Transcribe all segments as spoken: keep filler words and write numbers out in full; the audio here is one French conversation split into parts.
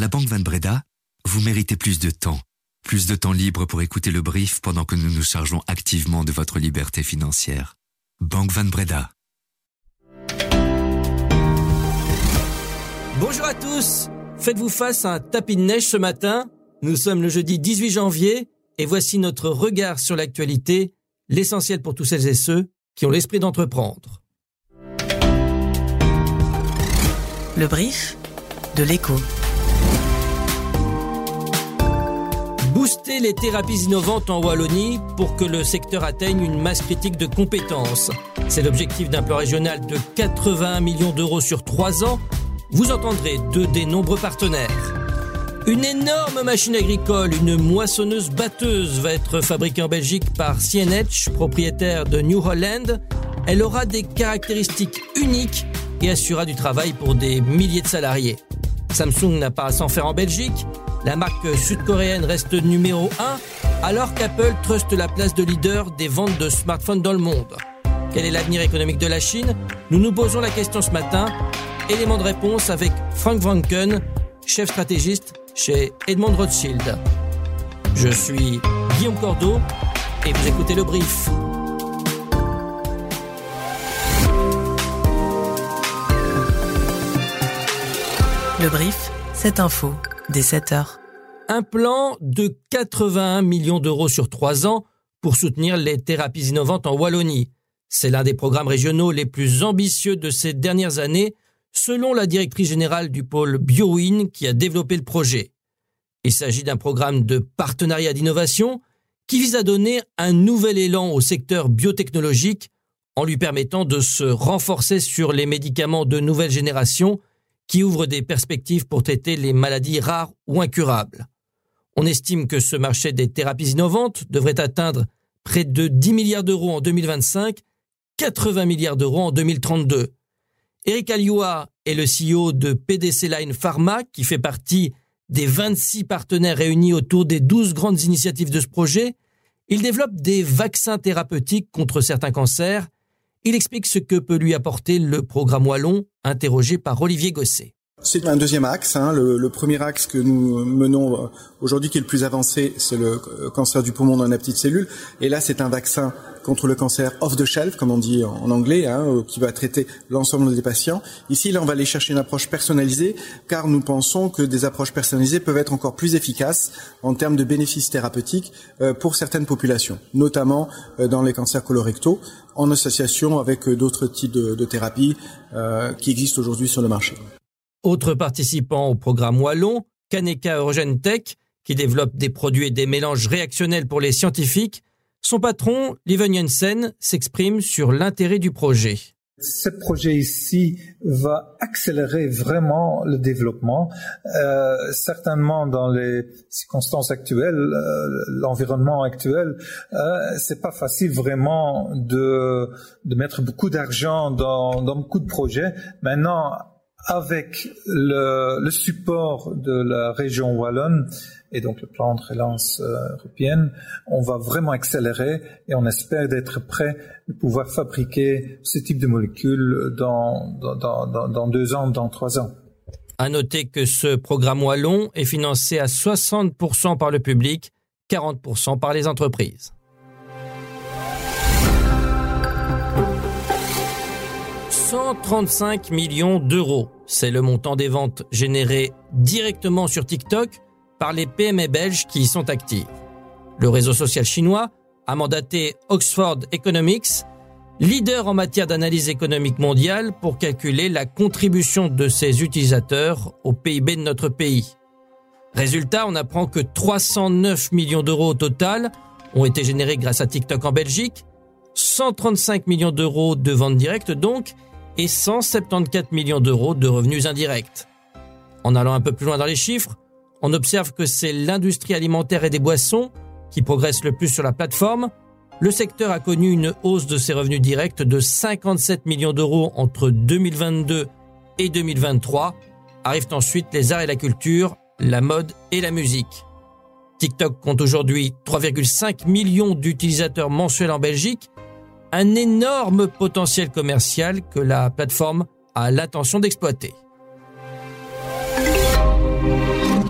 la Banque Van Breda, vous méritez plus de temps. Plus de temps libre pour écouter le brief pendant que nous nous chargeons activement de votre liberté financière. Banque Van Breda. Bonjour à tous. Faites-vous face à un tapis de neige ce matin? Nous sommes le jeudi dix-huit janvier et voici notre regard sur l'actualité, l'essentiel pour tous celles et ceux qui ont l'esprit d'entreprendre. Le brief de l'Écho. Booster les thérapies innovantes en Wallonie pour que le secteur atteigne une masse critique de compétences. C'est l'objectif d'un plan régional de quatre-vingt-un millions d'euros sur trois ans. Vous entendrez deux des nombreux partenaires. Une énorme machine agricole, une moissonneuse-batteuse, va être fabriquée en Belgique par C N H, propriétaire de New Holland. Elle aura des caractéristiques uniques et assurera du travail pour des milliers de salariés. Samsung n'a pas à s'en faire en Belgique. La marque sud-coréenne reste numéro un, alors qu'Apple truste la place de leader des ventes de smartphones dans le monde. Quel est l'avenir économique de la Chine? Nous nous posons la question ce matin. Élément de réponse avec Frank Wranken, chef stratégiste chez Edmond Rothschild. Je suis Guillaume Cordeau et vous écoutez Le Brief. Le Brief, cette info, dès sept heures. Un plan de quatre-vingt-un millions d'euros sur trois ans pour soutenir les thérapies innovantes en Wallonie. C'est l'un des programmes régionaux les plus ambitieux de ces dernières années, selon la directrice générale du pôle BioWin qui a développé le projet. Il s'agit d'un programme de partenariat d'innovation qui vise à donner un nouvel élan au secteur biotechnologique en lui permettant de se renforcer sur les médicaments de nouvelle génération qui ouvrent des perspectives pour traiter les maladies rares ou incurables. On estime que ce marché des thérapies innovantes devrait atteindre près de dix milliards d'euros en deux mille vingt-cinq, quatre-vingts milliards d'euros en deux mille trente-deux. Eric Alioua est le C E O de P D C Line Pharma, qui fait partie des vingt-six partenaires réunis autour des douze grandes initiatives de ce projet. Il développe des vaccins thérapeutiques contre certains cancers. Il explique ce que peut lui apporter le programme Wallon, interrogé par Olivier Gosset. C'est un deuxième axe. Hein. Le, le premier axe que nous menons aujourd'hui, qui est le plus avancé, c'est le cancer du poumon dans la petite cellule. Et là, c'est un vaccin contre le cancer off the shelf, comme on dit en anglais, hein, qui va traiter l'ensemble des patients. Ici, là, on va aller chercher une approche personnalisée, car nous pensons que des approches personnalisées peuvent être encore plus efficaces en termes de bénéfices thérapeutiques euh, pour certaines populations, notamment euh, dans les cancers colorectaux, en association avec euh, d'autres types de, de thérapies euh, qui existent aujourd'hui sur le marché. Autre participant au programme Wallon, Kaneka Eurogentech, qui développe des produits et des mélanges réactionnels pour les scientifiques. Son patron, Lieven Jensen, s'exprime sur l'intérêt du projet. Ce projet ici va accélérer vraiment le développement. Euh, certainement dans les circonstances actuelles, euh, l'environnement actuel, euh, c'est pas facile vraiment de de mettre beaucoup d'argent dans dans beaucoup de projets. Maintenant, avec le, le support de la région wallonne et donc le plan de relance euh, européenne, on va vraiment accélérer et on espère d'être prêt de pouvoir fabriquer ce type de molécules dans, dans, dans, dans deux ans, dans trois ans. À noter que ce programme Wallon est financé à soixante pour cent par le public, quarante pour cent par les entreprises. cent trente-cinq millions d'euros. C'est le montant des ventes générées directement sur TikTok par les P M E belges qui y sont actives. Le réseau social chinois a mandaté Oxford Economics, leader en matière d'analyse économique mondiale, pour calculer la contribution de ses utilisateurs au P I B de notre pays. Résultat, on apprend que trois cent neuf millions d'euros au total ont été générés grâce à TikTok en Belgique, cent trente-cinq millions d'euros de ventes directes donc, et cent soixante-quatorze millions d'euros de revenus indirects. En allant un peu plus loin dans les chiffres, on observe que c'est l'industrie alimentaire et des boissons qui progresse le plus sur la plateforme. Le secteur a connu une hausse de ses revenus directs de cinquante-sept millions d'euros entre deux mille vingt-deux et deux mille vingt-trois. Arrivent ensuite les arts et la culture, la mode et la musique. TikTok compte aujourd'hui trois virgule cinq millions d'utilisateurs mensuels en Belgique, un énorme potentiel commercial que la plateforme a l'intention d'exploiter.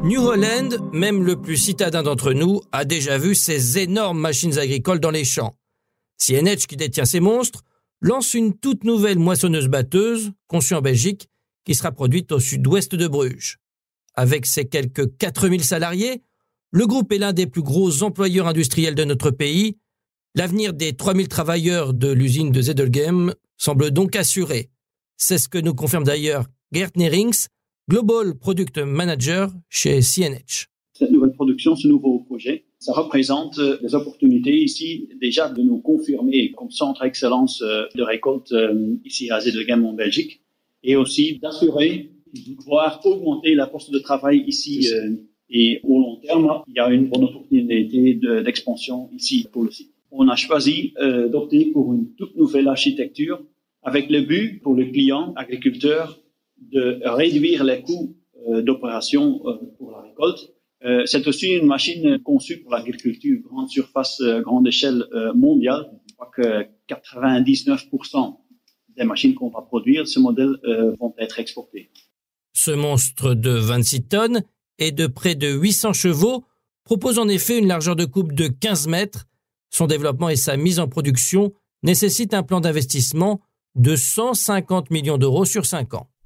New Holland, même le plus citadin d'entre nous, a déjà vu ces énormes machines agricoles dans les champs. C N H, qui détient ces monstres, lance une toute nouvelle moissonneuse-batteuse, conçue en Belgique, qui sera produite au sud-ouest de Bruges. Avec ses quelques quatre mille salariés, le groupe est l'un des plus gros employeurs industriels de notre pays. L'avenir des trois mille travailleurs de l'usine de Zedelgem semble donc assuré. C'est ce que nous confirme d'ailleurs Gert Nerings, Global Product Manager chez C N H. Cette nouvelle production, ce nouveau projet, ça représente des opportunités ici déjà de nous confirmer comme centre d'excellence de récolte ici à Zedelgem en Belgique et aussi d'assurer de pouvoir augmenter la poste de travail ici et au long terme, il y a une bonne opportunité de, d'expansion ici pour le site. On a choisi euh, d'opter pour une toute nouvelle architecture avec le but pour le client agriculteur de réduire les coûts euh, d'opération euh, pour la récolte. Euh, c'est aussi une machine conçue pour l'agriculture grande surface, euh, grande échelle euh, mondiale. Je crois que quatre-vingt-dix-neuf pour cent des machines qu'on va produire, ce modèle, euh, vont être exportées. Ce monstre de vingt-six tonnes et de près de huit cents chevaux propose en effet une largeur de coupe de quinze mètres. Son développement et sa mise en production nécessitent un plan d'investissement de cent cinquante millions d'euros sur cinq ans.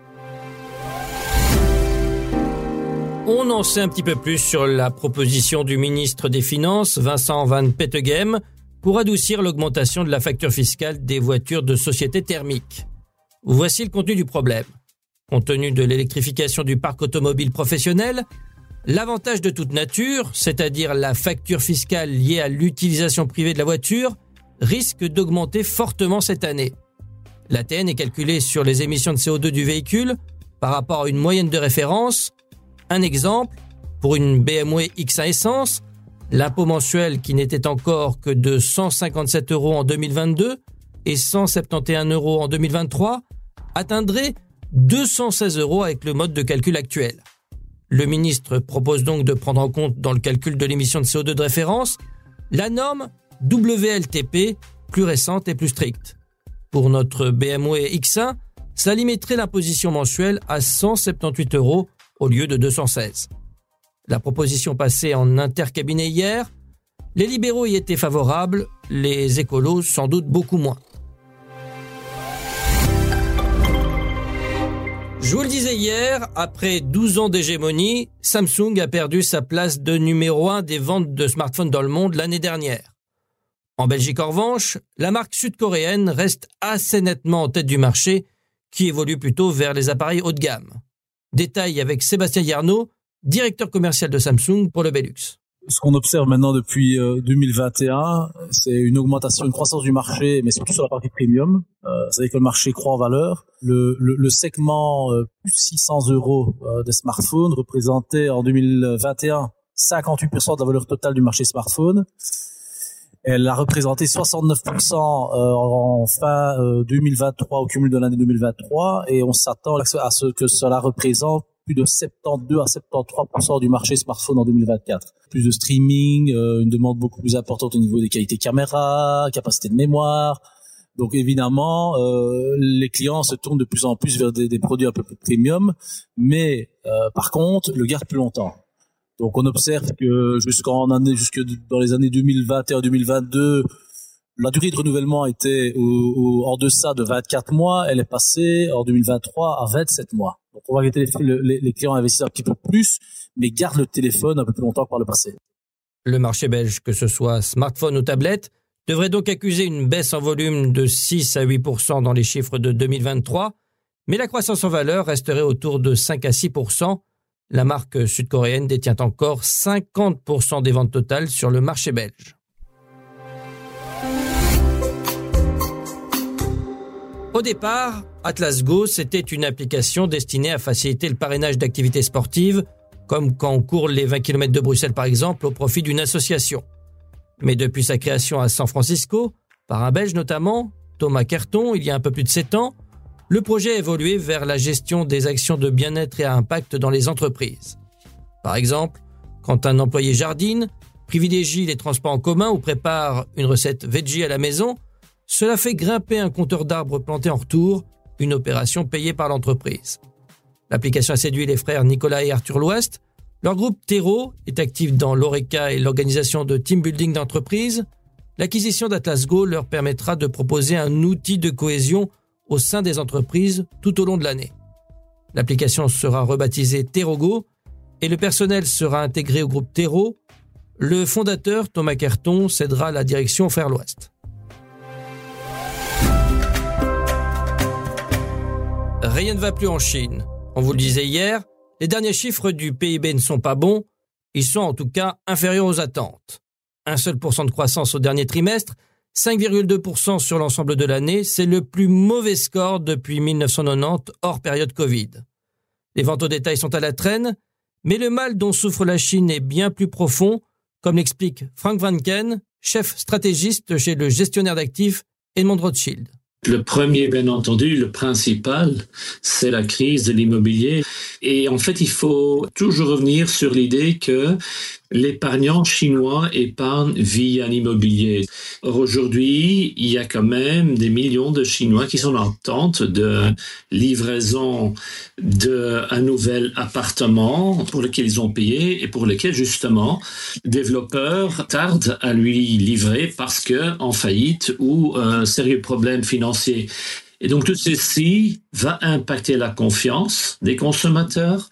On en sait un petit peu plus sur la proposition du ministre des Finances, Vincent Van Petegem, pour adoucir l'augmentation de la facture fiscale des voitures de société thermique. Voici le contenu du problème. Compte tenu de l'électrification du parc automobile professionnel, l'avantage de toute nature, c'est-à-dire la facture fiscale liée à l'utilisation privée de la voiture, risque d'augmenter fortement cette année. L'A T N est calculée sur les émissions de C O deux du véhicule par rapport à une moyenne de référence. Un exemple, pour une B M W X un Essence, l'impôt mensuel qui n'était encore que de cent cinquante-sept euros en deux mille vingt-deux et cent soixante et onze euros en deux mille vingt-trois atteindrait deux cent seize euros avec le mode de calcul actuel. Le ministre propose donc de prendre en compte dans le calcul de l'émission de C O deux de référence la norme W L T P, plus récente et plus stricte. Pour notre B M W X un, ça limiterait l'imposition mensuelle à cent soixante-dix-huit euros au lieu de deux cent seize. La proposition passée en intercabinet hier, les libéraux y étaient favorables, les écolos sans doute beaucoup moins. Je vous le disais hier, après douze ans d'hégémonie, Samsung a perdu sa place de numéro un des ventes de smartphones dans le monde l'année dernière. En Belgique, en revanche, la marque sud-coréenne reste assez nettement en tête du marché, qui évolue plutôt vers les appareils haut de gamme. Détail avec Sébastien Yarnaud, directeur commercial de Samsung pour le Belux. Ce qu'on observe maintenant depuis euh, deux mille vingt et un, c'est une augmentation, une croissance du marché, mais surtout sur la partie premium. Euh, c'est-à-dire que le marché croît en valeur. Le, le, le segment euh, plus six cents euros euh, des smartphones représentait en deux mille vingt et un cinquante-huit pour cent de la valeur totale du marché smartphone. Elle a représenté soixante-neuf pour cent euh, en fin euh, deux mille vingt-trois, au cumul de l'année deux mille vingt-trois, et on s'attend à ce que cela représente plus de soixante-douze à soixante-treize pour cent du marché smartphone en deux mille vingt-quatre. Plus de streaming, euh, une demande beaucoup plus importante au niveau des qualités caméra, capacité de mémoire. Donc évidemment, euh, les clients se tournent de plus en plus vers des, des produits un peu plus premium, mais euh, par contre, le gardent plus longtemps. Donc on observe que jusqu'en année, jusque dans les années deux mille vingt et un deux mille vingt-deux, la durée de renouvellement était au, au, en deçà de vingt-quatre mois. Elle est passée en deux mille vingt-trois à vingt-sept mois. Donc on va que les, les, les clients investissent un petit peu plus, mais gardent le téléphone un peu plus longtemps que par le passé. Le marché belge, que ce soit smartphone ou tablette, devrait donc accuser une baisse en volume de six à huit pour cent dans les chiffres de deux mille vingt-trois, mais la croissance en valeur resterait autour de cinq à six pour cent. La marque sud-coréenne détient encore cinquante pour cent des ventes totales sur le marché belge. Au départ, Atlas Go, c'était une application destinée à faciliter le parrainage d'activités sportives, comme quand on court les vingt kilomètres de Bruxelles par exemple, au profit d'une association. Mais depuis sa création à San Francisco, par un Belge notamment, Thomas Kerton, il y a un peu plus de sept ans, le projet a évolué vers la gestion des actions de bien-être et à impact dans les entreprises. Par exemple, quand un employé jardine, privilégie les transports en commun ou prépare une recette veggie à la maison, cela fait grimper un compteur d'arbres plantés en retour, une opération payée par l'entreprise. L'application a séduit les frères Nicolas et Arthur Louest, Leur groupe Tero est actif dans l'Oreca et l'organisation de team building d'entreprise. L'acquisition d'Atlas Go leur permettra de proposer un outil de cohésion au sein des entreprises tout au long de l'année. L'application sera rebaptisée TeroGo et le personnel sera intégré au groupe Tero. Le fondateur, Thomas Kerton, cédera la direction au Far West. Rien ne va plus en Chine. On vous le disait hier, les derniers chiffres du P I B ne sont pas bons, ils sont en tout cas inférieurs aux attentes. Un seul pour cent de croissance au dernier trimestre, cinq virgule deux pour cent sur l'ensemble de l'année, c'est le plus mauvais score depuis mille neuf cent quatre-vingt-dix, hors période Covid. Les ventes au détail sont à la traîne, mais le mal dont souffre la Chine est bien plus profond, comme l'explique Frank Vanken, chef stratégiste chez le gestionnaire d'actifs Edmond Rothschild. Le premier, bien entendu, le principal, c'est la crise de l'immobilier. Et en fait, il faut toujours revenir sur l'idée que l'épargnant chinois épargne via l'immobilier. Or, aujourd'hui, il y a quand même des millions de Chinois qui sont en attente de livraison d'un nouvel appartement pour lequel ils ont payé et pour lequel, justement, le développeur tarde à lui livrer parce que en faillite ou un sérieux problème financier. Et donc, tout ceci va impacter la confiance des consommateurs.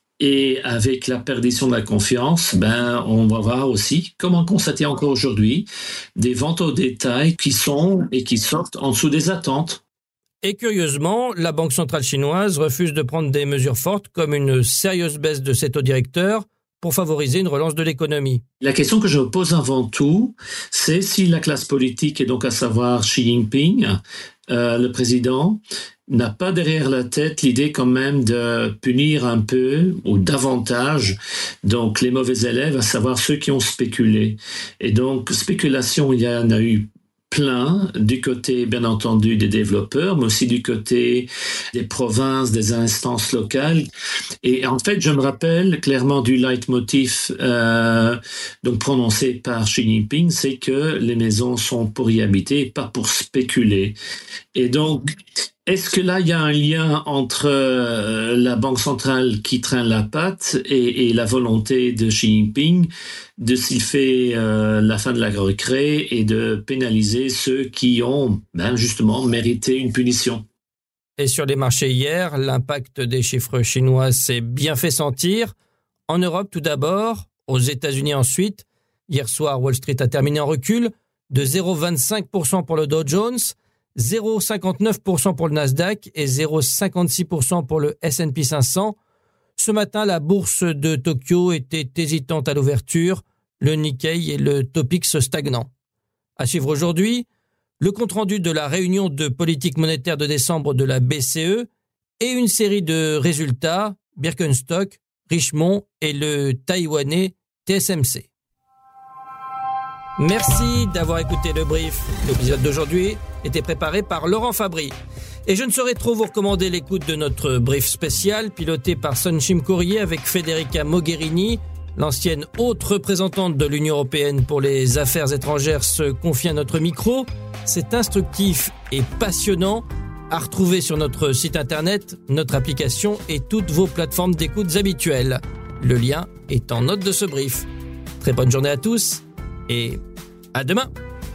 Et avec la perdition de la confiance, ben, on va voir aussi, comme on constate encore aujourd'hui, des ventes au détail qui sont et qui sortent en dessous des attentes. Et curieusement, la Banque centrale chinoise refuse de prendre des mesures fortes comme une sérieuse baisse de ses taux directeurs pour favoriser une relance de l'économie. La question que je me pose avant tout, c'est si la classe politique, et donc à savoir Xi Jinping, euh, le président, n'a pas derrière la tête l'idée quand même de punir un peu ou davantage donc les mauvais élèves, à savoir ceux qui ont spéculé. Et donc, spéculation, il y en a eu plein du côté, bien entendu, des développeurs, mais aussi du côté des provinces, des instances locales. Et en fait, je me rappelle clairement du leitmotiv euh, donc prononcé par Xi Jinping, c'est que les maisons sont pour y habiter, pas pour spéculer. Et donc, est-ce que là, il y a un lien entre euh, la Banque centrale qui traîne la patte et, et la volonté de Xi Jinping de s'il fait euh, la fin de la récré et de pénaliser ceux qui ont ben, justement mérité une punition? Et sur les marchés hier, l'impact des chiffres chinois s'est bien fait sentir. En Europe tout d'abord, aux États-Unis ensuite. Hier soir, Wall Street a terminé en recul de zéro virgule vingt-cinq pour cent pour le Dow Jones, zéro virgule cinquante-neuf pour cent pour le Nasdaq et zéro virgule cinquante-six pour cent pour le S and P cinq cents. Ce matin, la bourse de Tokyo était hésitante à l'ouverture, le Nikkei et le Topix stagnants. À suivre aujourd'hui, le compte-rendu de la réunion de politique monétaire de décembre de la B C E et une série de résultats, Birkenstock, Richemont et le taïwanais T S M C. Merci d'avoir écouté le brief. L'épisode d'aujourd'hui était préparé par Laurent Fabry. Et je ne saurais trop vous recommander l'écoute de notre brief spécial piloté par Sunshim Courrier avec Federica Mogherini. L'ancienne haute représentante de l'Union européenne pour les affaires étrangères se confie à notre micro. C'est instructif et passionnant. À retrouver sur notre site internet, notre application et toutes vos plateformes d'écoute habituelles. Le lien est en note de ce brief. Très bonne journée à tous et à demain.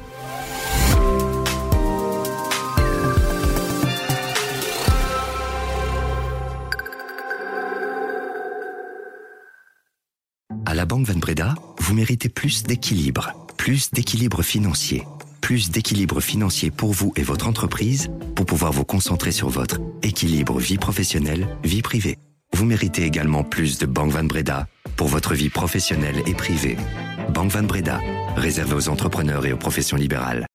À la Banque Van Breda, vous méritez plus d'équilibre, plus d'équilibre financier, plus d'équilibre financier pour vous et votre entreprise pour pouvoir vous concentrer sur votre équilibre vie professionnelle, vie privée. Vous méritez également plus de Banque Van Breda pour votre vie professionnelle et privée. Banque Van Breda, réservée aux entrepreneurs et aux professions libérales.